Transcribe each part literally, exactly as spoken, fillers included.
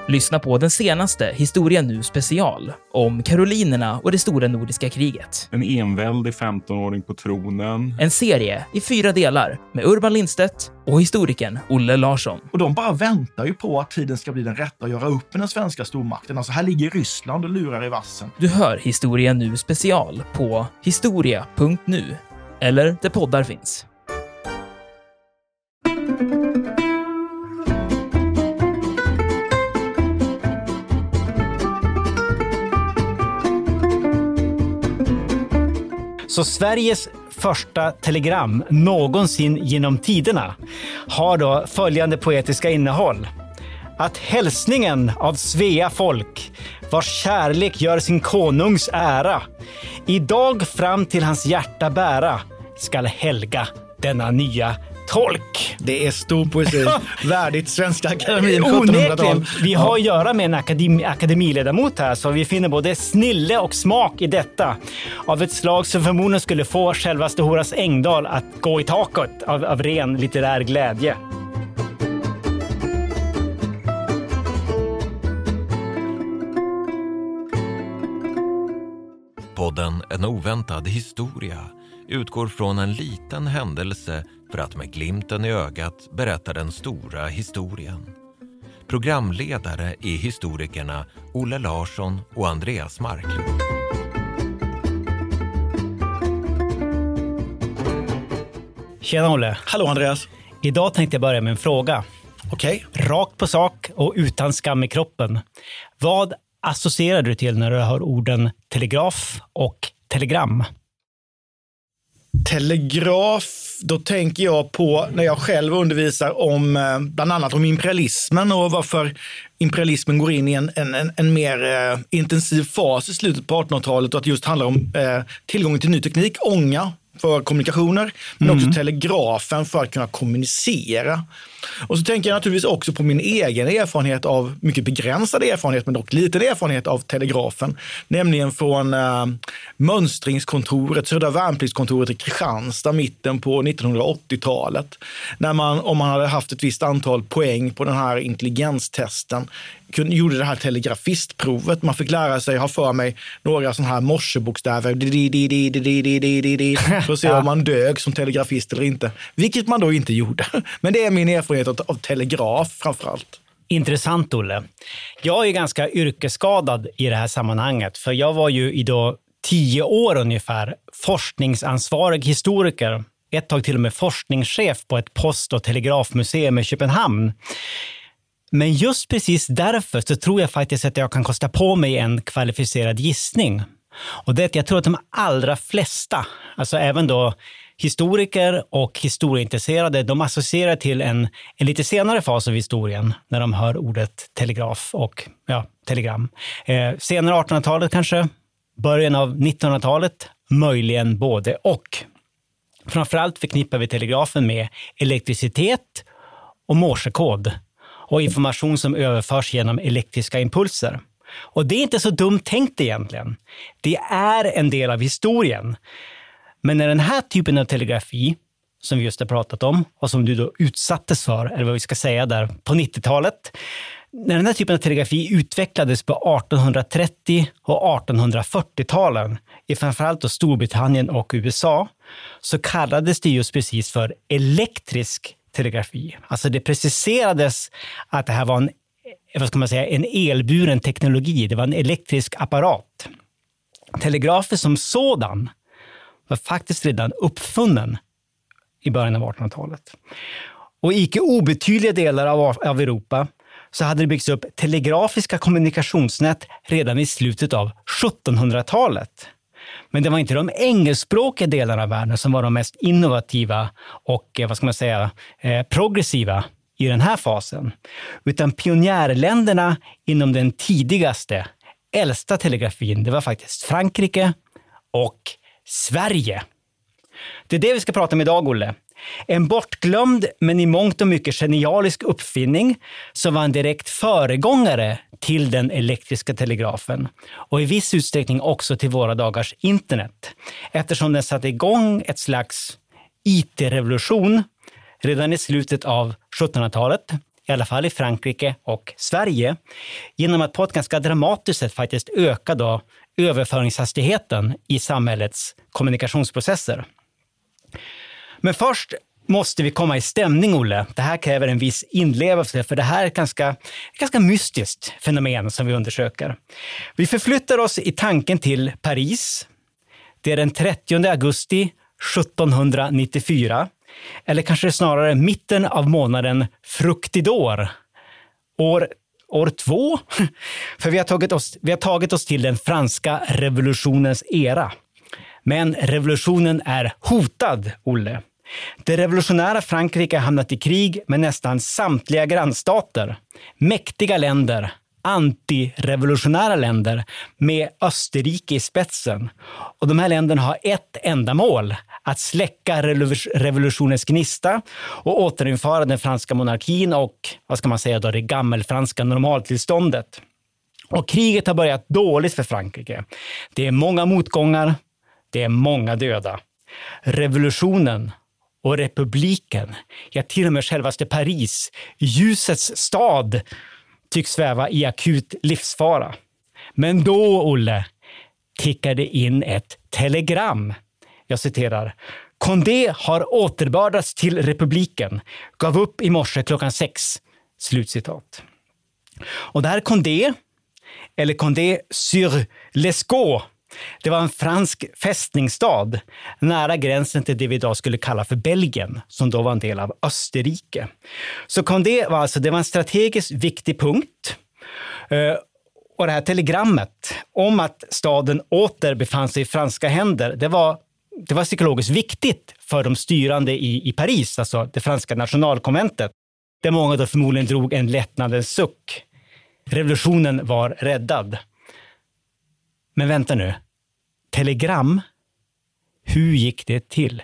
Lyssna på den senaste Historia Nu special om Karolinerna och det stora nordiska kriget. En enväldig femtonåring på tronen. En serie i fyra delar med Urban Lindstedt och historikern Olle Larsson. Och de bara väntar ju på att tiden ska bli den rätta att göra upp med den svenska stormakten. Alltså här ligger Ryssland och lurar i vassen. Du hör Historia Nu special på historia punkt nu eller där poddar finns. Så Sveriges första telegram någonsin genom tiderna har då följande poetiska innehåll. Att hälsningen av Svea folk, vars kärlek gör sin konungs ära, idag fram till hans hjärta bära, skall helga denna nya tolk. Det är stor poesi. Värdigt Svenska Akademin sjuttonhundratal. Vi har att göra med en akademi, akademiledamot här, så vi finner både snille och smak i detta. Av ett slag som förmodligen skulle få självaste Horace Engdahl att gå i taket av, av ren litterär glädje. Podden En oväntad historia utgår från en liten händelse för att med glimten i ögat berätta den stora historien. Programledare är historikerna Olle Larsson och Andreas Marklund. Tjena Olle. Hallå Andreas. Idag tänkte jag börja med en fråga. Okej. Rakt på sak och utan skam i kroppen. Vad associerar du till när du hör orden telegraf och telegram? Telegraf, då tänker jag på när jag själv undervisar om bland annat om imperialismen och varför imperialismen går in i en, en, en mer eh, intensiv fas i slutet på artonhundratalet och att just handlar om eh, tillgången till ny teknik, ånga för kommunikationer, men mm. också telegrafen för att kunna kommunicera. Och så tänker jag naturligtvis också på min egen erfarenhet av, mycket begränsad erfarenhet, men dock liten erfarenhet av telegrafen. Nämligen från äh, mönstringskontoret, Södra värnpliktskontoret i Kristianstad, mitten på nittonhundraåttiotalet. När man, om man hade haft ett visst antal poäng på den här intelligenstesten, kunde, gjorde det här telegrafistprovet. Man fick lära sig, ha för mig, några sådana här morsebokstäver. För att se om man dög som telegrafist eller inte. Vilket man då inte gjorde. Men det är min erfarenhet av, av telegraf framförallt. Intressant, Olle. Jag är ganska yrkesskadad i det här sammanhanget. För jag var ju i då tio år ungefär forskningsansvarig historiker. Ett tag till och med forskningschef på ett post- och telegrafmuseum i Köpenhamn. Men just precis därför så tror jag faktiskt att jag kan kosta på mig en kvalificerad gissning. Och det är att jag tror att de allra flesta, alltså även då historiker och historieintresserade, de associerar till en, en lite senare fas av historien när de hör ordet telegraf och ja, telegram. Eh, senare artonhundratalet kanske, början av nittonhundratalet, möjligen både och. Framförallt förknippar vi telegrafen med elektricitet och morsekod och information som överförs genom elektriska impulser. Och det är inte så dumt tänkt egentligen. Det är en del av historien. Men när den här typen av telegrafi, som vi just har pratat om och som du då utsattes för, eller vad vi ska säga där, på nittiotalet. När den här typen av telegrafi utvecklades på artonhundratrettio- och artonhundrafyrtio-talen i framförallt då Storbritannien och U S A, så kallades det just precis för elektrisk telegrafi. Alltså det preciserades att det här var en, vad ska man säga, en elburen teknologi. Det var en elektrisk apparat. Telegrafer som sådan var faktiskt redan uppfunnen i början av artonhundratalet. Och i icke obetydliga delar av, av Europa så hade det byggts upp telegrafiska kommunikationsnät redan i slutet av sjuttonhundratalet. Men det var inte de engelskspråkiga delarna av världen som var de mest innovativa och vad ska man säga, eh, progressiva i den här fasen. Utan pionjärländerna inom den tidigaste, äldsta telegrafin, det var faktiskt Frankrike och Sverige. Det är det vi ska prata om idag, Olle. En bortglömd men i mångt och mycket genialisk uppfinning som var en direkt föregångare till den elektriska telegrafen och i viss utsträckning också till våra dagars internet. Eftersom den satte igång ett slags I T-revolution redan i slutet av sjuttonhundratalet, i alla fall i Frankrike och Sverige, genom att på ett ganska dramatiskt sätt faktiskt öka då överföringshastigheten i samhällets kommunikationsprocesser. Men först måste vi komma i stämning, Olle. Det här kräver en viss inlevelse, för det här är ett ganska, ett ganska mystiskt fenomen som vi undersöker. Vi förflyttar oss i tanken till Paris. Det är den trettionde augusti sjuttonhundranittiofyra, eller kanske snarare mitten av månaden Fruktidor. År, år två? För vi har, tagit oss, vi har tagit oss till den franska revolutionens era. Men revolutionen är hotad, Olle. Det revolutionära Frankrike har hamnat i krig med nästan samtliga grannstater. Mäktiga länder, antirevolutionära länder med Österrike i spetsen. Och de här länderna har ett enda mål, att släcka revolutionens gnista och återinföra den franska monarkin och, vad ska man säga då, det gammelfranska normaltillståndet. Och kriget har börjat dåligt för Frankrike. Det är många motgångar, det är många döda. Revolutionen och republiken, ja till och med självaste Paris, ljusets stad, tycks sväva i akut livsfara. Men då, Olle, tickar det in ett telegram. Jag citerar: Condé har återbördats till republiken. Gav upp i morse klockan sex. Slutcitat. Och det här Condé, eller Condé sur l'Escaut, det var en fransk fästningsstad nära gränsen till det vi idag skulle kalla för Belgien, som då var en del av Österrike. Så Condé var alltså, det var en strategiskt viktig punkt. Och det här telegrammet om att staden åter befann sig i franska händer, det var, det var psykologiskt viktigt för de styrande i, i Paris, alltså det franska nationalkonventet, där många då förmodligen drog en lättnadens suck. Revolutionen var räddad. Men vänta nu. Telegram? Hur gick det till?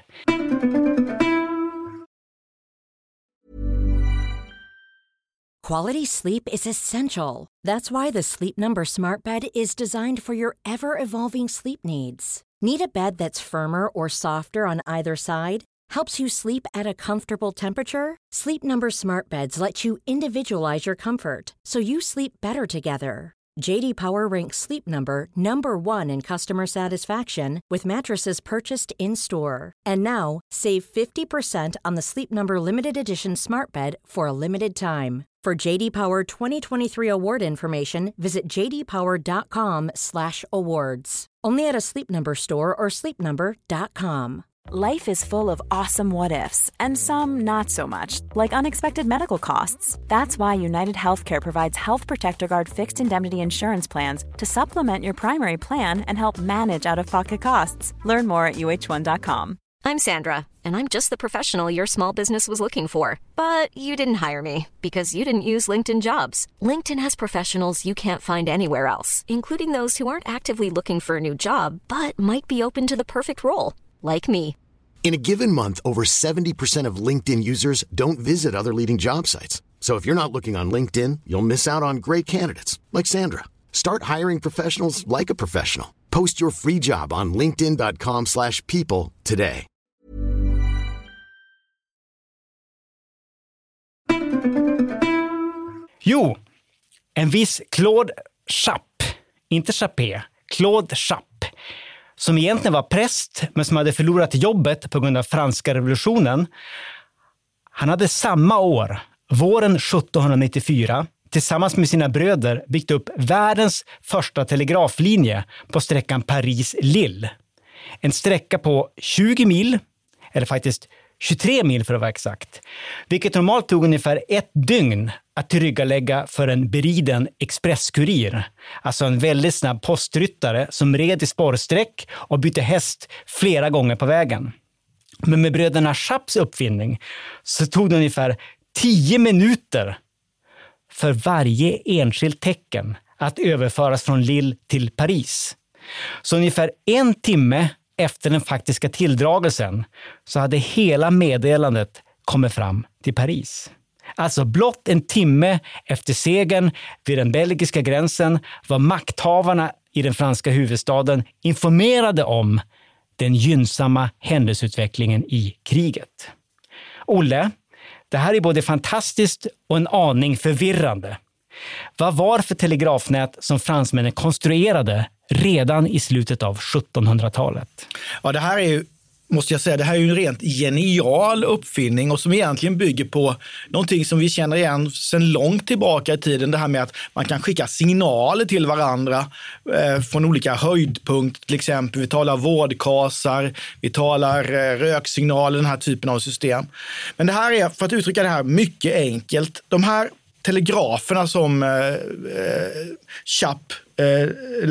Quality sleep is essential. That's why the Sleep Number Smart Bed is designed for your ever-evolving sleep needs. Need a bed that's firmer or softer on either side? Helps you sleep at a comfortable temperature? Sleep Number Smart Beds let you individualize your comfort, so you sleep better together. J D Power ranks Sleep Number number one in customer satisfaction with mattresses purchased in-store. And now, save fifty percent on the Sleep Number Limited Edition Smart Bed for a limited time. For J D Power twenty twenty-three award information, visit j d power dot com slash awards. Only at a Sleep Number store or sleep number dot com. Life is full of awesome what-ifs, and some not so much, like unexpected medical costs. That's why United Healthcare provides Health Protector Guard fixed indemnity insurance plans to supplement your primary plan and help manage out-of-pocket costs. Learn more at u h one dot com. I'm Sandra, and I'm just the professional your small business was looking for. But you didn't hire me, because you didn't use LinkedIn Jobs. LinkedIn has professionals you can't find anywhere else, including those who aren't actively looking for a new job, but might be open to the perfect role. Like me. In a given month, over seventy percent of LinkedIn users don't visit other leading job sites. So if you're not looking on LinkedIn, you'll miss out on great candidates like Sandra. Start hiring professionals like a professional. Post your free job on linkedin dot com slash people today. Jo, en viss Claude Chappe, inte Chappé, Claude Chappe, som egentligen var präst men som hade förlorat jobbet på grund av franska revolutionen. Han hade samma år, våren sjuttonhundranittiofyra, tillsammans med sina bröder byggt upp världens första telegraflinje på sträckan Paris-Lille. En sträcka på tjugo mil, eller faktiskt tjugotre mil för att vara exakt, vilket normalt tog ungefär ett dygn att tillryggalägga för en beriden expresskurir, alltså en väldigt snabb postryttare som red i spårsträck och bytte häst flera gånger på vägen. Men med bröderna Chappes uppfinning så tog det ungefär tio minuter för varje enskilt tecken att överföras från Lille till Paris. Så ungefär en timme efter den faktiska tilldragelsen så hade hela meddelandet kommit fram till Paris. Alltså blott en timme efter segern vid den belgiska gränsen var makthavarna i den franska huvudstaden informerade om den gynnsamma händelseutvecklingen i kriget. Olle, Det här är både fantastiskt och en aning förvirrande. Vad var för telegrafnät som fransmännen konstruerade redan i slutet av sjuttonhundratalet? Ja, det här är ju, måste jag säga, det här är ju en rent genial uppfinning och som egentligen bygger på någonting som vi känner igen sedan långt tillbaka i tiden. Det här med att man kan skicka signaler till varandra eh, från olika höjdpunkter. Till exempel, vi talar vårdkasar, vi talar eh, röksignaler, den här typen av system. Men det här är, för att uttrycka det här mycket enkelt, de här telegraferna som eh, Chapp eh,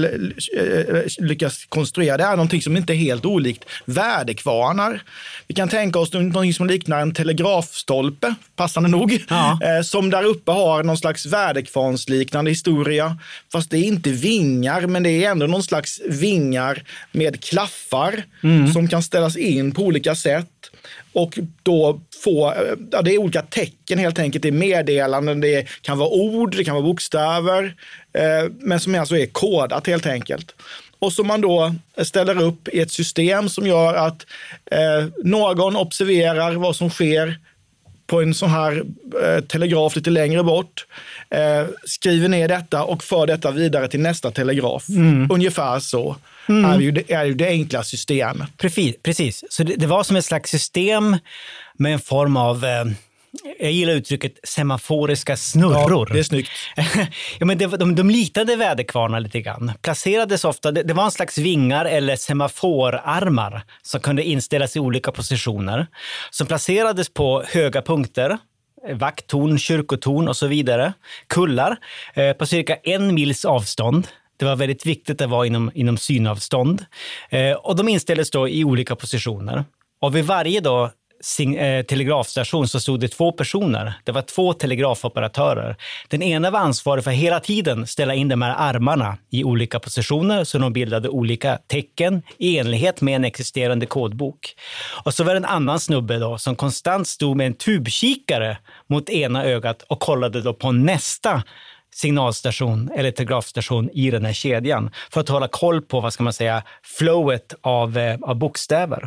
lyckas konstruera, det är någonting som inte är helt olikt väderkvarnar. Vi kan tänka oss någonting som liknar en telegrafstolpe, passande nog, ja. eh, som där uppe har någon slags väderkvarnsliknande historia. Fast det är inte vingar, men det är ändå någon slags vingar med klaffar mm. som kan ställas in på olika sätt. Och då få, ja, det är olika tecken helt enkelt, det är meddelanden, det kan vara ord, det kan vara bokstäver, eh, men som alltså är kodat helt enkelt. Och som man då ställer upp i ett system som gör att eh, någon observerar vad som sker på en sån här eh, telegraf lite längre bort, eh, skriver ner detta och för detta vidare till nästa telegraf. Mm. Ungefär så. Mm. Är, ju det, är ju det enkla systemet. Precis, precis. Så det, det var som ett slags system med en form av, eh, jag gillar uttrycket semaforiska snurror. Ja, det är snyggt. ja, men det, de, de litade väderkvarnar lite grann. Placerades ofta, det, det var en slags vingar eller semaforarmar som kunde inställas i olika positioner. Som placerades på höga punkter, vakttorn, kyrkotorn och så vidare. Kullar eh, på cirka en mils avstånd. Det var väldigt viktigt att vara inom, inom synavstånd. Eh, och de inställdes då i olika positioner. Och vid varje då, sing, eh, telegrafstation så stod det två personer. Det var två telegrafoperatörer. Den ena var ansvarig för hela tiden ställa in de här armarna i olika positioner så de bildade olika tecken i enlighet med en existerande kodbok. Och så var det en annan snubbe då som konstant stod med en tubkikare mot ena ögat och kollade då på nästa signalstation eller telegrafstation i den här kedjan för att hålla koll på, vad ska man säga, flowet av, eh, av bokstäver.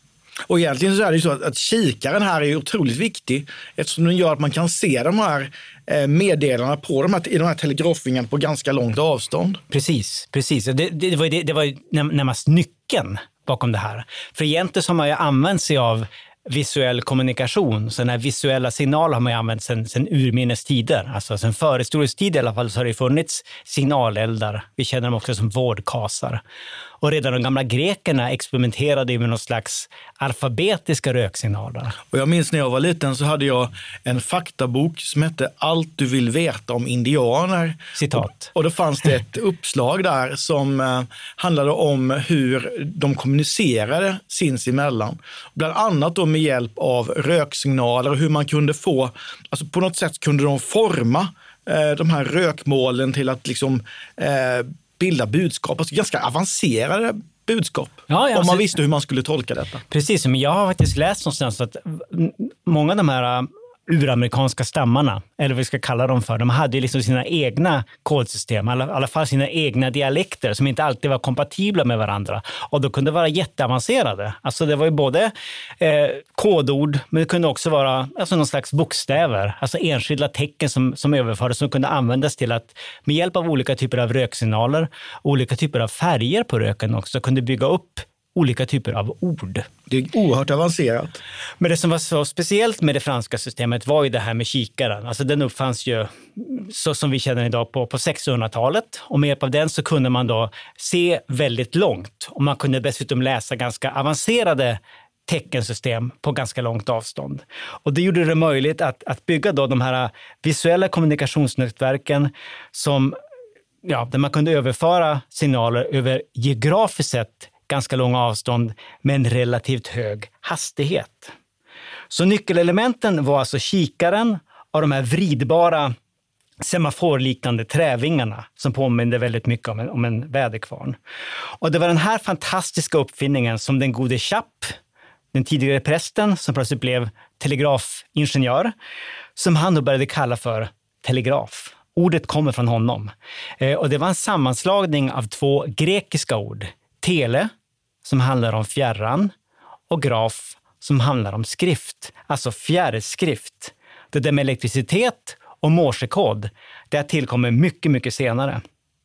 Och egentligen så är det ju så att, att kikaren här är otroligt viktig eftersom den gör att man kan se de här eh, meddelarna på de här, i de här telegrafvingarna på ganska långt avstånd. Precis, precis. Det, det, det var ju det, det var ju närmast nyckeln bakom det här. För egentligen så har man ju använt sig av visuell kommunikation. Så den här visuella signaler har man ju använt sedan, sedan urminnes tider. Alltså sedan förhistorisk tid i alla fall så har det funnits signaleldar. Vi känner dem också som vårdkasar. Och redan de gamla grekerna experimenterade med någon slags alfabetiska röksignaler. Och jag minns när jag var liten så hade jag en faktabok som hette Allt du vill veta om indianer. Citat. Och, och då fanns det ett uppslag där som eh, handlade om hur de kommunicerade sinsemellan. Bland annat då med hjälp av röksignaler och hur man kunde få, alltså på något sätt kunde de forma eh, de här rökmålen till att liksom eh, bilda budskap, alltså ganska avancerade budskap. Ja, ja, om man alltså, visste hur man skulle tolka detta. Precis, men jag har faktiskt läst någonstans att många av de här uramerikanska stammarna, eller vad vi ska kalla dem för, de hade ju liksom sina egna kodsystem, i alla, alla fall sina egna dialekter som inte alltid var kompatibla med varandra. Och då kunde vara jätteavancerade. Alltså det var ju både eh, kodord, men det kunde också vara alltså någon slags bokstäver, alltså enskilda tecken som, som överfördes som kunde användas till att med hjälp av olika typer av röksignaler, olika typer av färger på röken också kunde bygga upp olika typer av ord. Det är oerhört avancerat. Men det som var så speciellt med det franska systemet var ju det här med kikaren. Alltså den uppfanns ju så som vi känner idag på, på sexhundratalet. Och med hjälp av den så kunde man då se väldigt långt. Och man kunde dessutom läsa ganska avancerade teckensystem på ganska långt avstånd. Och det gjorde det möjligt att, att bygga då de här visuella kommunikationsnätverken som, ja, där man kunde överföra signaler över geografiskt sett ganska långa avstånd med en relativt hög hastighet. Så nyckelelementen var alltså kikaren och de här vridbara semaforliknande trävingarna som påminner väldigt mycket om en, om en väderkvarn. Och det var den här fantastiska uppfinningen som den gode Chapp, den tidigare prästen som plötsligt blev telegrafingenjör, som han då började kalla för telegraf. Ordet kommer från honom. Eh, och det var en sammanslagning av två grekiska ord. Tele, som handlar om fjärran, och graf, som handlar om skrift, alltså fjärrskrift. Det där med elektricitet och morsekod, det har tillkommit mycket, mycket senare.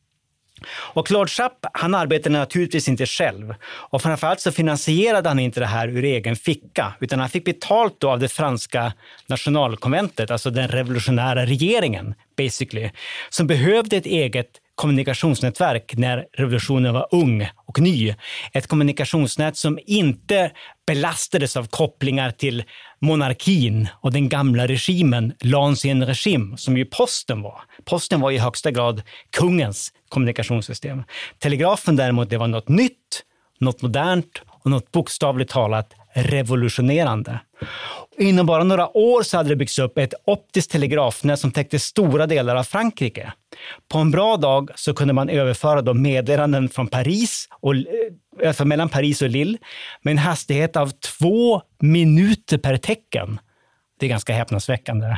Och Claude Chappe, han arbetade naturligtvis inte själv. Och framförallt så finansierade han inte det här ur egen ficka, utan han fick betalt då av det franska nationalkonventet, alltså den revolutionära regeringen, basically, som behövde ett eget kommunikationsnätverk när revolutionen var ung och ny. Ett kommunikationsnät som inte belastades av kopplingar till monarkin och den gamla regimen, l'ancien regime, som ju posten var. Posten var i högsta grad kungens kommunikationssystem. Telegrafen däremot, det var något nytt, något modernt och något bokstavligt talat revolutionerande. Inom bara några år så hade det byggts upp ett optiskt telegrafnät som täckte stora delar av Frankrike. På en bra dag så kunde man överföra de meddelanden från Paris och, alltså mellan Paris och Lille med en hastighet av två minuter per tecken. Det är ganska häpnadsväckande.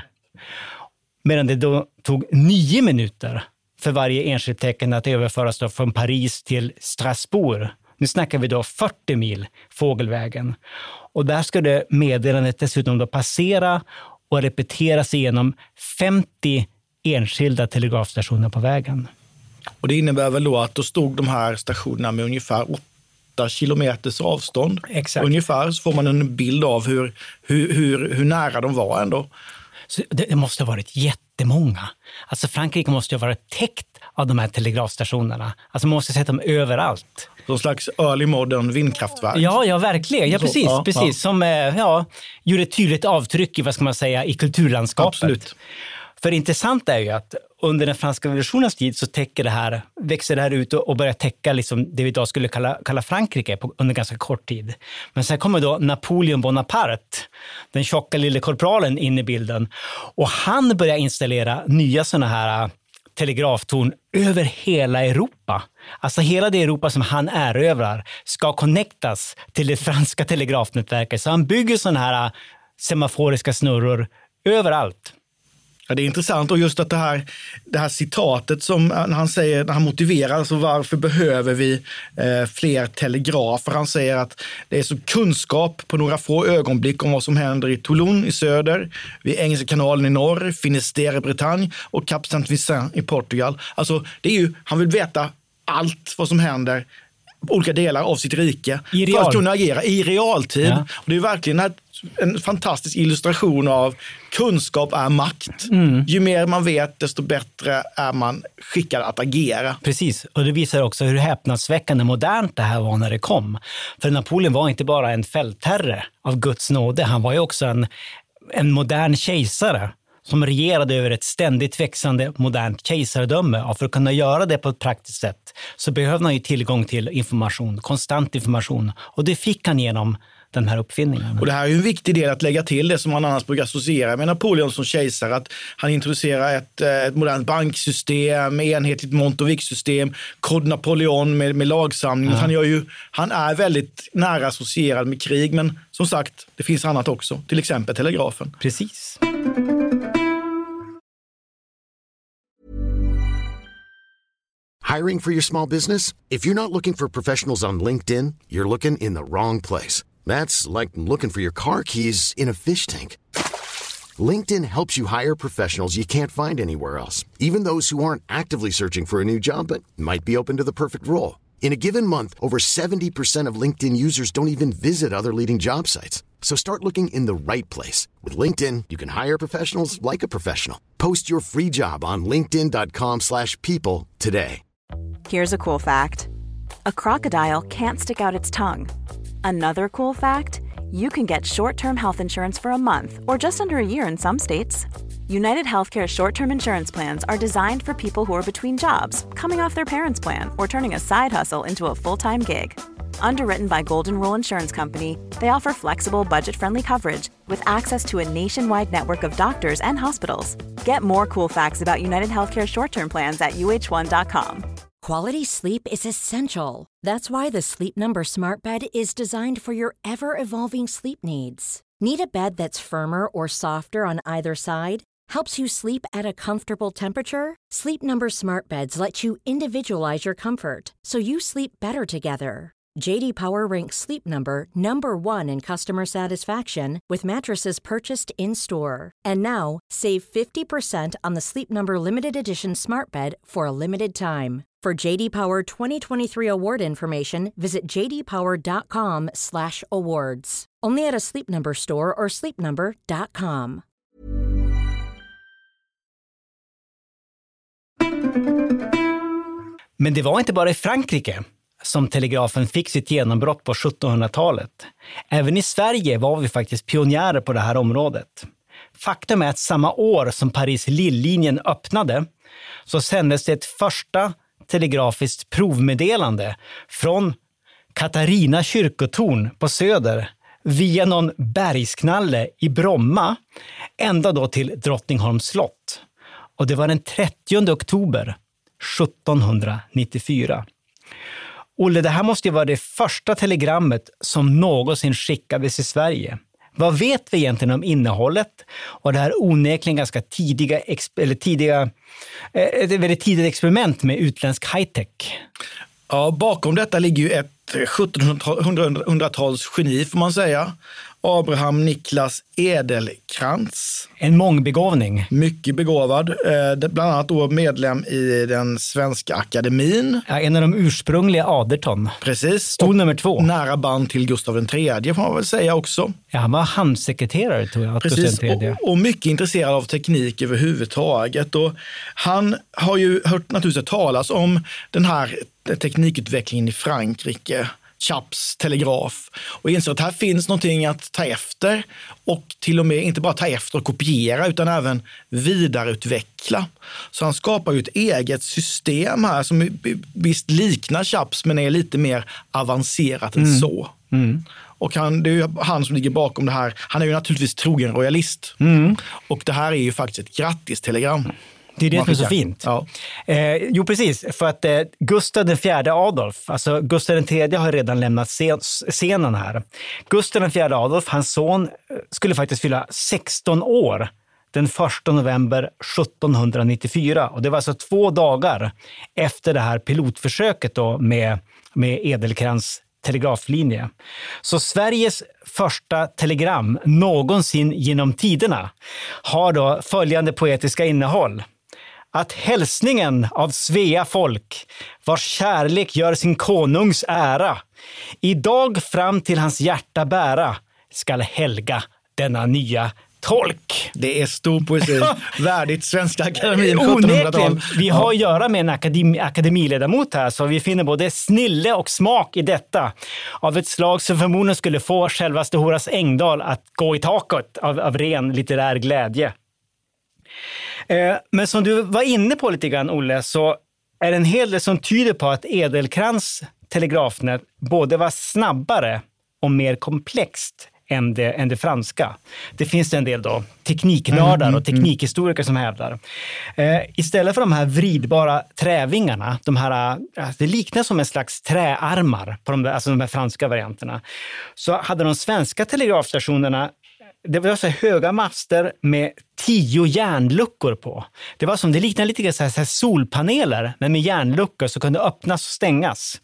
Medan det då tog nio minuter för varje enskilt tecken att överföras då från Paris till Strasbourg. Nu snackar vi då fyrtio mil fågelvägen. Och där ska det meddelandet dessutom då passera och repeteras igenom femtio enskilda telegrafstationer på vägen. Och det innebär väl då att då stod de här stationerna med ungefär åtta kilometers avstånd. Exakt. Ungefär så får man en bild av hur, hur, hur, hur nära de var ändå. Så det, det måste ha varit jättemånga. Alltså Frankrike måste ha varit täckt av de här telegrafstationerna. Alltså man måste ha sett dem överallt. Någon slags early modern vindkraftverk. Ja, ja verkligen. Ja, precis. Så, ja, precis. ja. Som ja, gjorde ett tydligt avtryck i, vad ska man säga, i kulturlandskapet. Absolut. För intressant är ju att under den franska revolutionens tid så täcker det här, växer det här ut och börjar täcka liksom det vi idag skulle kalla, kalla Frankrike på, under ganska kort tid. Men sen kommer då Napoleon Bonaparte, den tjocka lille korpralen, in i bilden. Och han börjar installera nya sådana här telegraftorn över hela Europa. Alltså hela det Europa som han erövrar ska connectas till det franska telegrafnätverket. Så han bygger sådana här semaforiska snurror överallt. Ja, det är intressant, och just att det här, det här citatet som han säger, när han motiverar, alltså varför behöver vi eh, fler telegrafer. Han säger att det är så kunskap på några få ögonblick om vad som händer i Toulon i söder, vid Engelska kanalen i norr, Finisterre i Bretagne och Cap Saint-Vincent i Portugal. Alltså det är ju, han vill veta allt vad som händer olika delar av sitt rike I för att kunna agera i realtid. Ja. Och det är verkligen en, en fantastisk illustration av kunskap är makt. Mm. Ju mer man vet, desto bättre är man skickad att agera. Precis, och det visar också hur häpnadsväckande modernt det här var när det kom. För Napoleon var inte bara en fältherre av Guds nåde, han var ju också en, en modern kejsare som regerade över ett ständigt växande modernt kejsardöme. Och för att kunna göra det på ett praktiskt sätt så behövde han ju tillgång till information, konstant information. Och det fick han genom den här uppfinningen. Och det här är ju en viktig del att lägga till det som man annars brukar associera med Napoleon som kejsare. Att han introducerar ett, ett modernt banksystem, enhetligt Montovic-system, Code Napoleon med, med lagsamling. Ja. Han, gör ju, han är väldigt nära associerad med krig, men som sagt, det finns annat också. Till exempel telegrafen. Precis. Hiring for your small business? If you're not looking for professionals on LinkedIn, you're looking in the wrong place. That's like looking for your car keys in a fish tank. LinkedIn helps you hire professionals you can't find anywhere else, even those who aren't actively searching for a new job but might be open to the perfect role. In a given month, over seventy percent of LinkedIn users don't even visit other leading job sites. So start looking in the right place. With LinkedIn, you can hire professionals like a professional. Post your free job on linkedin dot com slash people today. Here's a cool fact. A crocodile can't stick out its tongue. Another cool fact, you can get short-term health insurance for a month or just under a year in some states. United Healthcare short-term insurance plans are designed for people who are between jobs, coming off their parents' plan, or turning a side hustle into a full-time gig. Underwritten by Golden Rule Insurance Company, they offer flexible, budget-friendly coverage with access to a nationwide network of doctors and hospitals. Get more cool facts about United Healthcare short-term plans at U H one dot com. Quality sleep is essential. That's why the Sleep Number Smart Bed is designed for your ever-evolving sleep needs. Need a bed that's firmer or softer on either side? Helps you sleep at a comfortable temperature? Sleep Number Smart Beds let you individualize your comfort so you sleep better together. J D Power ranks Sleep Number number one in customer satisfaction with mattresses purchased in-store. And now, save fifty percent on the Sleep Number Limited Edition Smart Bed for a limited time. For J D Power twenty twenty-three award information, visit j d power dot com slash awards. Only at a Sleep Number store or sleep number dot com. Men det var inte bara i Frankrike som telegrafen fick sitt genombrott på sjuttonhundratalet. Även i Sverige var vi faktiskt pionjärer på det här området. Faktum är att samma år som Paris-Lille-linjen öppnade så sändes det ett första telegrafiskt provmeddelande från Katarina kyrkotorn på Söder via någon bergsknalle i Bromma ända då till Drottningholms slott. Och det var den trettionde oktober sjuttonhundranittiofyra. Olle, det här måste ju vara det första telegrammet som någonsin skickades i Sverige. Vad vet vi egentligen om innehållet och det här onekligen ganska tidiga, eller tidiga, ett väldigt tidigt experiment med utländsk high-tech? Ja, bakom detta ligger ju ett sjuttonhundratals geni får man säga. Abraham Niklas Edelkrantz. En mångbegåvning. Mycket begåvad. Eh, bland annat då medlem i den svenska akademin. Ja, en av de ursprungliga Aderton. Precis. Stol nummer två. Nära band till Gustav den tredje får man väl säga också. Ja, han var handsekreterare tror jag. Precis, och, och mycket intresserad av teknik överhuvudtaget. Och han har ju hört naturligtvis talas om den här teknikutvecklingen i Frankrike. Chaps telegraf och inser att här finns någonting att ta efter och till och med inte bara ta efter och kopiera utan även vidareutveckla. Så han skapar ju ett eget system här som visst liknar Chaps men är lite mer avancerat mm. än så. Mm. Och han, det är ju han som ligger bakom det här. Han är ju naturligtvis trogen royalist. Mm. Och det här är ju faktiskt ett grattistelegram. Det är det som är så fint. Ja. Eh, jo, precis. För att eh, Gustav den fjärde Adolf, alltså Gustav den tredje har redan lämnat scen- scenen här. Gustav den fjärde Adolf, hans son, skulle faktiskt fylla sexton år den första november sjuttonhundranittiofyra. Och det var alltså två dagar efter det här pilotförsöket då med, med Edelkrantz telegraflinje. Så Sveriges första telegram någonsin genom tiderna har då följande poetiska innehåll. Att hälsningen av Svea folk, vars kärlek gör sin konungs ära, idag fram till hans hjärta bära, skall helga denna nya tolk. Det är stor poesi. Värdigt Svenska akademin sjuttonhundratal. Vi har att göra med en akademi, akademiledamot här, så vi finner både snille och smak i detta. Av ett slag som förmodligen skulle få självaste Horace Engdahl att gå i taket av, av ren litterär glädje. Eh, men som du var inne på lite grann, Olle, så är det en hel del som tyder på att Edelkrantz telegrafnät både var snabbare och mer komplext än det, än det franska. Det finns en del då tekniknördar mm, och teknikhistoriker som hävdar. Eh, istället för de här vridbara trävingarna, de här, det liknar som en slags träarmar på de, där, alltså de här franska varianterna, så hade de svenska telegrafstationerna, det var så höga master med tio järnluckor på. Det var som, det liknade lite så här, så här solpaneler, men med järnluckor så kunde öppnas och stängas.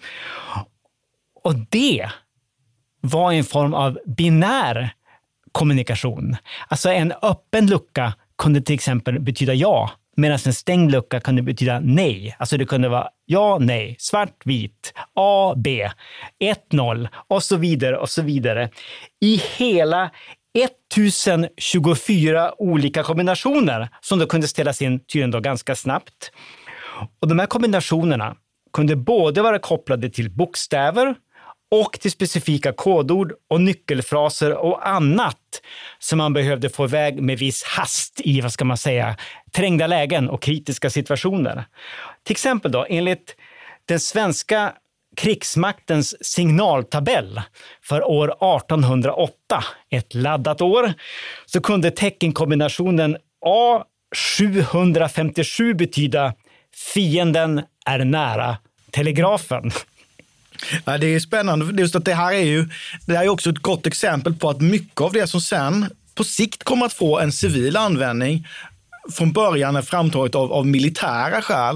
Och det var en form av binär kommunikation. Alltså en öppen lucka kunde till exempel betyda ja, medan en stängd lucka kunde betyda nej. Alltså det kunde vara ja, nej, svart, vit, A, B, ett noll och så vidare och så vidare. I hela tusen tjugofyra olika kombinationer som då kunde ställas in tydligen då ganska snabbt. Och de här kombinationerna kunde både vara kopplade till bokstäver och till specifika kodord och nyckelfraser och annat som man behövde få iväg med viss hast i, vad ska man säga, trängda lägen och kritiska situationer. Till exempel då, enligt den svenska krigsmaktens signaltabell för år artonhundraåtta, ett laddat år, så kunde teckenkombinationen A sjuhundrafemtiosju betyda fienden är nära telegrafen. Ja, det är spännande. Just att det här är ju det här är också ett gott exempel på att mycket av det som sen på sikt kommer att få en civil användning från början är framtaget av, av militära skäl.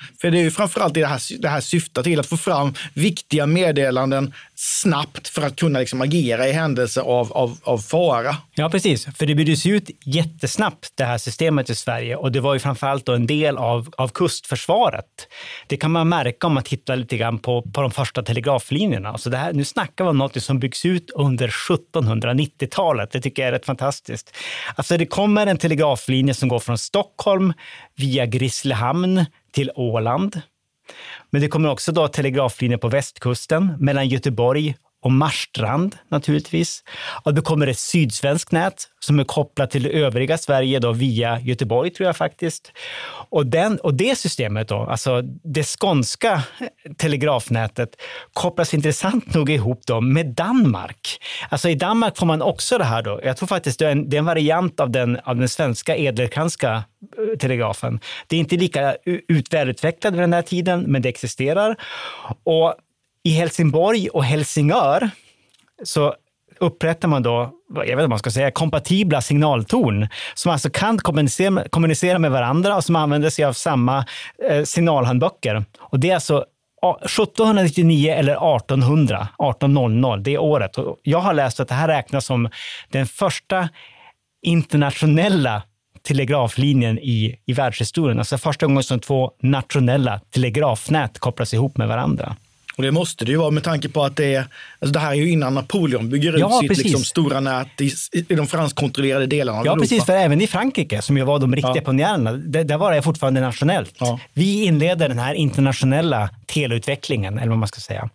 För det är ju framförallt det här, det här syftar till att få fram viktiga meddelanden snabbt för att kunna liksom agera i händelse av, av, av fara. Ja, precis. För det byggdes ut jättesnabbt det här systemet i Sverige och det var ju framförallt då en del av, av kustförsvaret. Det kan man märka om man tittar lite grann på, på de första telegraflinjerna. Alltså det här, nu snackar vi om något som byggs ut under sjuttonhundranittiotalet. Det tycker jag är rätt fantastiskt. Alltså det kommer en telegraflinje som går från Stockholm via Grisslehamn till Åland. Men det kommer också då telegraflinjer på västkusten mellan Göteborg och Marstrand naturligtvis. Och det kommer ett sydsvenskt nät som är kopplat till det övriga Sverige då via Göteborg tror jag faktiskt. Och, den, och det systemet då, alltså det skånska telegrafnätet kopplas intressant nog ihop då med Danmark. Alltså i Danmark får man också det här då. Jag tror faktiskt det är en, det är en variant av den, av den svenska Ederkanska telegrafen. Det är inte lika utvärutvecklat vid den här tiden, men det existerar. Och i Helsingborg och Helsingör så upprättar man då, jag vet inte vad man ska säga, kompatibla signaltorn som alltså kan kommunicera, kommunicera med varandra och som använder sig av samma eh, signalhandböcker. Och det är alltså sjuttonhundranittionio eller artonhundra, artonhundra, det är året. Och jag har läst att det här räknas som den första internationella telegraflinjen i, i världshistorien. Alltså första gången som två nationella telegrafnät kopplas ihop med varandra. Och det måste det ju vara med tanke på att det är, alltså det här är ju innan Napoleon bygger ja, ut sitt liksom stora nät i, i de franskkontrollerade delarna av ja, Europa. Ja, precis, för även i Frankrike som ju var de riktiga ja. pionjärerna, där, där var det fortfarande nationellt. Ja. Vi inleder den här internationella teleutvecklingen, eller vad man ska säga.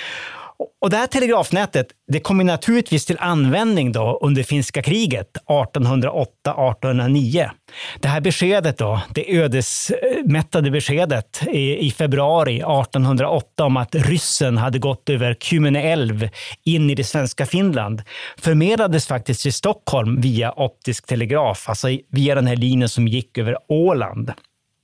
Och det här telegrafnätet, det kommer naturligtvis till användning då under finska kriget artonhundraåtta artonhundranio. Det här beskedet då, det ödesmättade beskedet i, i februari artonhundraåtta om att ryssen hade gått över Kymmene älv in i det svenska Finland förmedlades faktiskt i Stockholm via optisk telegraf, alltså via den här linjen som gick över Åland.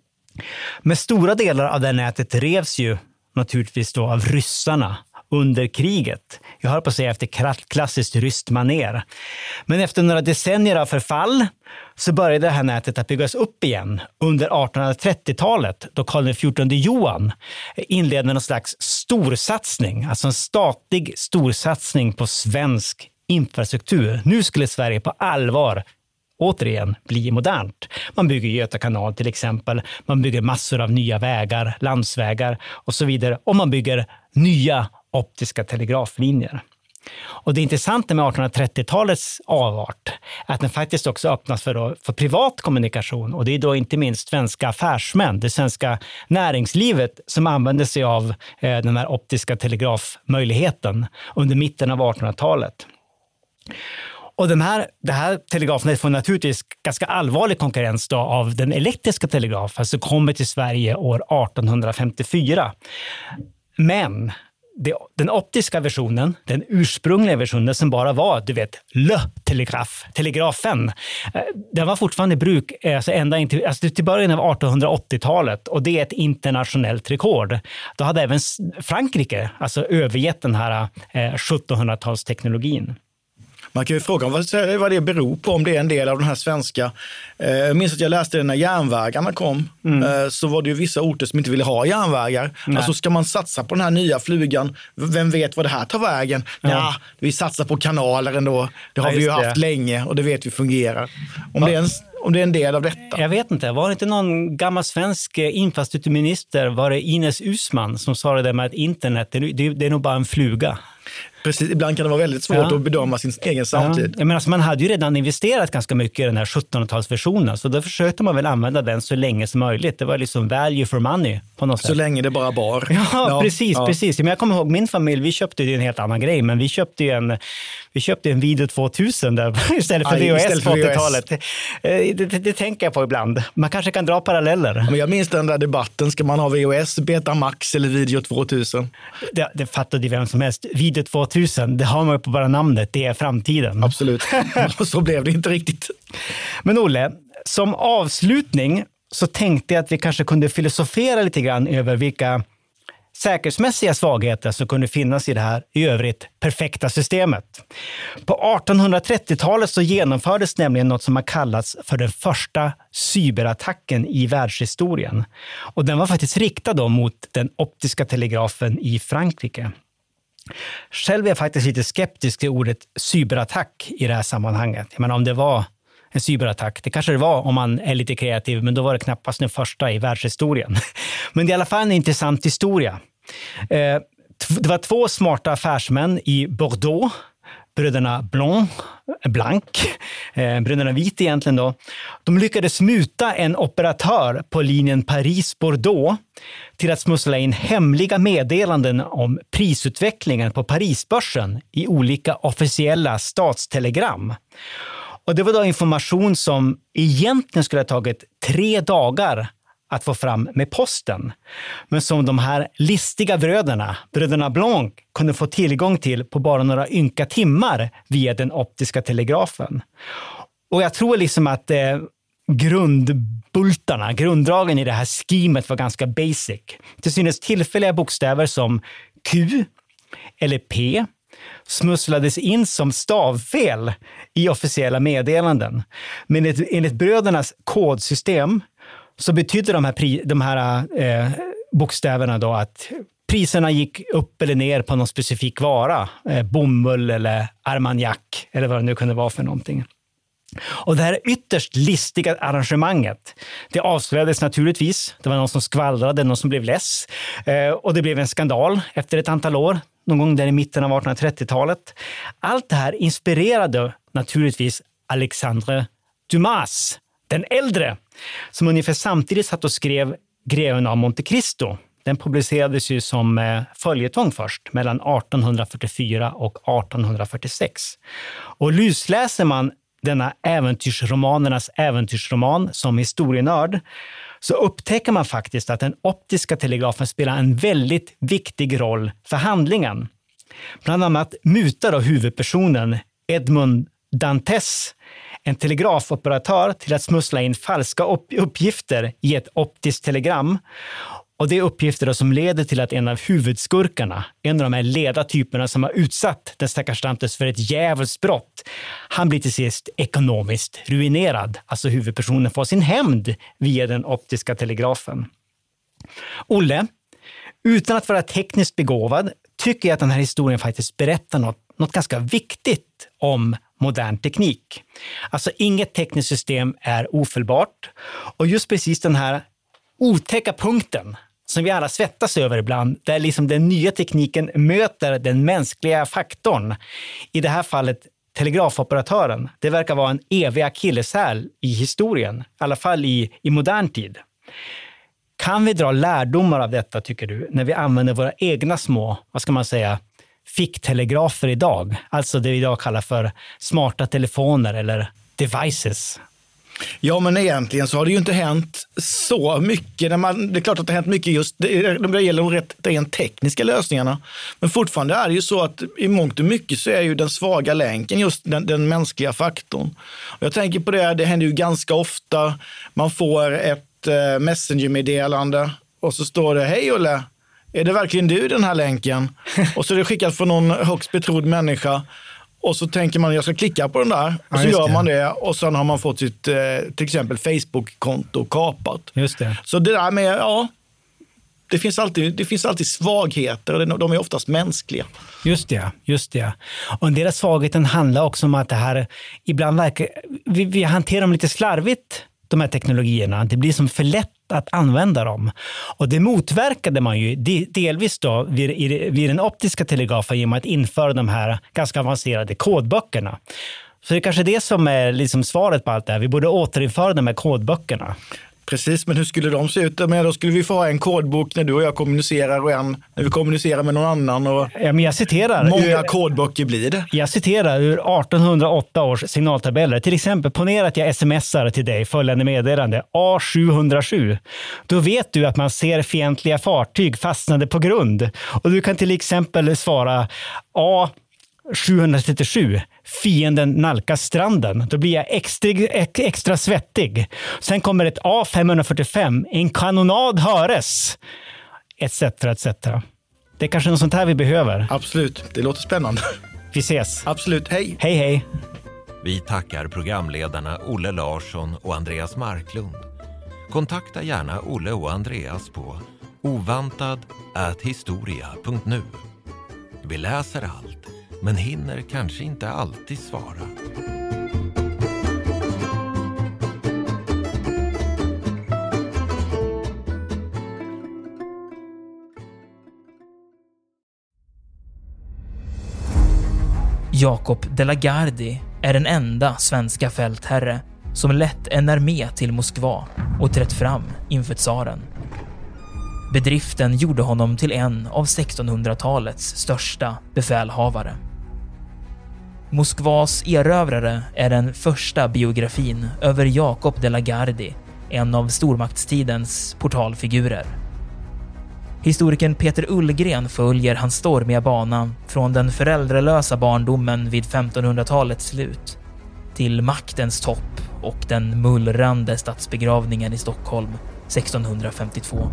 Men stora delar av det här nätet revs ju naturligtvis då av ryssarna under kriget. Jag har på att säga efter klassiskt ryskt maner. Men efter några decennier av förfall så började det här nätet att byggas upp igen under artonhundratrettiotalet då Karl den fjortonde Johan inledde någon slags storsatsning, alltså en statlig storsatsning på svensk infrastruktur. Nu skulle Sverige på allvar återigen bli modernt. Man bygger Göta kanal till exempel, man bygger massor av nya vägar, landsvägar och så vidare. Och man bygger nya optiska telegraflinjer. Och det intressanta med artonhundratrettiotalets avart är att den faktiskt också öppnas för, då, för privat kommunikation. Och det är då inte minst svenska affärsmän, det svenska näringslivet som använder sig av eh, den här optiska telegrafmöjligheten under mitten av artonhundratalet. Och den här, det här telegrafnätet får naturligtvis ganska allvarlig konkurrens då av den elektriska telegrafen som kommer till Sverige år artonhundrafemtiofyra. Men det, den optiska versionen, den ursprungliga versionen som bara var, du vet, lö-telegraf, telegrafen, den var fortfarande i bruk alltså ända in till, alltså till början av artonhundraåttiotalet och det är ett internationellt rekord. Då hade även Frankrike alltså övergett den här eh, sjuttonhundratalsteknologin. Man kan ju fråga vad, vad det beror på, om det är en del av den här svenska. Eh, jag minns att jag läste det när järnvägarna kom. Mm. Eh, så var det ju vissa orter som inte ville ha järnvägar. Nej. Alltså ska man satsa på den här nya flugan, vem vet vad det här tar vägen? Ja, ja vi satsar på kanaler ändå. Det har ja, vi ju haft det. länge och det vet vi fungerar. Om, ja. det är en, om det är en del av detta. Jag vet inte, var det inte någon gammal svensk infrastrukturminister, var det Ines Uusmann som sa det där med att internet, det, det, det är nog bara en fluga. Precis, ibland kan det vara väldigt svårt ja. att bedöma sin egen samtid. Ja. Men alltså man hade ju redan investerat ganska mycket i den här sjuttonhundratalsversionen så då försökte man väl använda den så länge som möjligt. Det var liksom value for money på något sätt. Så länge det bara bar. Ja, ja. precis. Ja. precis. Men jag kommer ihåg min familj, vi köpte ju en helt annan grej men vi köpte ju en, vi köpte en Video tvåtusen där, istället för Aj, V H S istället för på åttiotalet. Det, det, det, det tänker jag på ibland. Man kanske kan dra paralleller. Men jag minns den där debatten, ska man ha V H S, Betamax eller Video tvåtusen? Det, det fattade vem som helst. Video tvåtusen, det har man på bara namnet, det är framtiden. Absolut, och så blev det inte riktigt. Men Olle, som avslutning så tänkte jag att vi kanske kunde filosofera lite grann över vilka säkerhetsmässiga svagheter som kunde finnas i det här i övrigt perfekta systemet. På artonhundratrettiotalet så genomfördes nämligen något som har kallats för den första cyberattacken i världshistorien. Och den var faktiskt riktad då mot den optiska telegrafen i Frankrike. Själv är jag faktiskt lite skeptisk till ordet cyberattack i det här sammanhanget. Jag menar, om det var en cyberattack, det kanske det var om man är lite kreativ, men då var det knappast den första i världshistorien. Men det är i alla fall en intressant historia. Det var två smarta affärsmän i Bordeaux, bröderna Blanc, Blanc bröderna Vit egentligen då. De lyckades muta en operatör på linjen Paris-Bordeaux till att smussla in hemliga meddelanden om prisutvecklingen på Parisbörsen i olika officiella statstelegram. Och det var då information som egentligen skulle ha tagit tre dagar att få fram med posten. Men som de här listiga bröderna, bröderna Blanc, kunde få tillgång till på bara några ynka timmar via den optiska telegrafen. Och jag tror liksom att eh, grundbultarna, grunddragen i det här schemet var ganska basic. Till synes tillfälliga bokstäver som Q eller P smusslades in som stavfel i officiella meddelanden. Men enligt, enligt brödernas kodsystem så betydde de här, pri, de här eh, bokstäverna då att priserna gick upp eller ner på någon specifik vara. Eh, bomull eller armagnac eller vad det nu kunde vara för någonting. Och det här ytterst listiga arrangemanget, det avslöjades naturligtvis. Det var någon som skvallrade, någon som blev less. Eh, och det blev en skandal efter ett antal år. Någon gång där i mitten av artonhundratrettiotalet. Allt det här inspirerade naturligtvis Alexandre Dumas, den äldre, som ungefär samtidigt satt och skrev Greven av Monte Cristo. Den publicerades ju som följetong först mellan artonhundrafyrtiofyra och artonhundrafyrtiosex. Och lusläser man denna äventyrsromanernas äventyrsroman som historienörd så upptäcker man faktiskt att den optiska telegrafen spelar en väldigt viktig roll för handlingen. Bland annat mutar då huvudpersonen Edmond Dantes en telegrafoperatör till att smussla in falska uppgifter i ett optiskt telegram. Och det är uppgifter då som leder till att en av huvudskurkarna, en av de här ledartyperna som har utsatt den stackars Dantes för ett djävulsbrott, han blir till sist ekonomiskt ruinerad. Alltså huvudpersonen får sin hämnd via den optiska telegrafen. Olle, utan att vara tekniskt begåvad, tycker jag att den här historien faktiskt berättar något, något ganska viktigt om modern teknik. Alltså inget tekniskt system är ofelbart. Och just precis den här otäcka punkten som vi alla svettas över ibland, där liksom den nya tekniken möter den mänskliga faktorn. I det här fallet telegrafoperatören. Det verkar vara en evig akilleshäl i historien, i alla fall i, i modern tid. Kan vi dra lärdomar av detta, tycker du, när vi använder våra egna små, vad ska man säga, ficktelegrafer idag? Alltså det vi idag kallar för smarta telefoner eller devices. Ja, men egentligen så har det ju inte hänt så mycket. När man, det är klart att det har hänt mycket just det, det gäller de rätt, rent tekniska lösningarna. Men fortfarande är det ju så att i mångt och mycket så är ju den svaga länken just den, den mänskliga faktorn. Och jag tänker på det, det händer ju ganska ofta. Man får ett eh, messenger-meddelande och så står det: hej Olle, är det verkligen du den här länken? Och så är det skickat från någon högst betrodd människa. Och så tänker man, jag ska klicka på den där. Och så ja, gör man det. Och sen har man fått sitt, till exempel, Facebook-konto kapat. Just det. Så det där med, ja, det finns alltid, det finns alltid svagheter. De är oftast mänskliga. Just det, just det. Och en del av svagheten handlar också om att det här, ibland verkar, vi, vi hanterar dem lite slarvigt, de här teknologierna. Det blir som för lätt att använda dem. Och det motverkade man ju delvis då vid, vid den optiska telegrafen genom att införa de här ganska avancerade kodböckerna. Så det är kanske det som är liksom svaret på allt det här. Vi borde återinföra de här kodböckerna. Precis, men hur skulle de se ut? Men då skulle vi få ha en kodbok när du och jag kommunicerar och en när vi kommunicerar med någon annan. Och ja, men jag citerar. Många ur, kodböcker blir det. Jag citerar ur artonhundraåtta års signaltabeller. Till exempel, ponera att jag smsar till dig följande meddelande: A sju noll sju. Då vet du att man ser fientliga fartyg fastnade på grund. Och du kan till exempel svara A sju trettiosju. Fienden nalkas stranden. Då blir jag extra, extra svettig. Sen kommer ett A fem fyrtiofem. En kanonad höres. Etc, et cetera. Det är kanske något sånt här vi behöver. Absolut, det låter spännande. Vi ses. Absolut, hej. Hej, hej. Vi tackar programledarna Olle Larsson och Andreas Marklund. Kontakta gärna Olle och Andreas på ovantad at historia punkt nu. Vi läser allt, men hinner kanske inte alltid svara. Jacob de la Gardie är den enda svenska fältherre som lett en armé till Moskva och trätt fram inför tsaren. Bedriften gjorde honom till en av sextonhundratalets största befälhavare. Moskvas erövrare är den första biografin över Jacob de la Gardie, en av stormaktstidens portalfigurer. Historikern Peter Ullgren följer hans stormiga bana från den föräldralösa barndomen vid femtonhundratalets slut till maktens topp och den mullrande statsbegravningen i Stockholm sextonhundrafemtiotvå.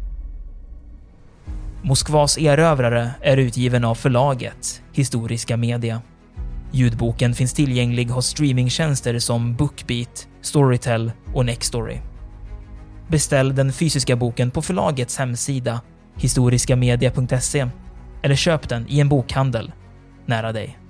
Moskvas erövrare är utgiven av förlaget Historiska Media. Ljudboken finns tillgänglig hos streamingtjänster som Bookbeat, Storytel och Nextory. Beställ den fysiska boken på förlagets hemsida historiskamedia punkt se eller köp den i en bokhandel nära dig.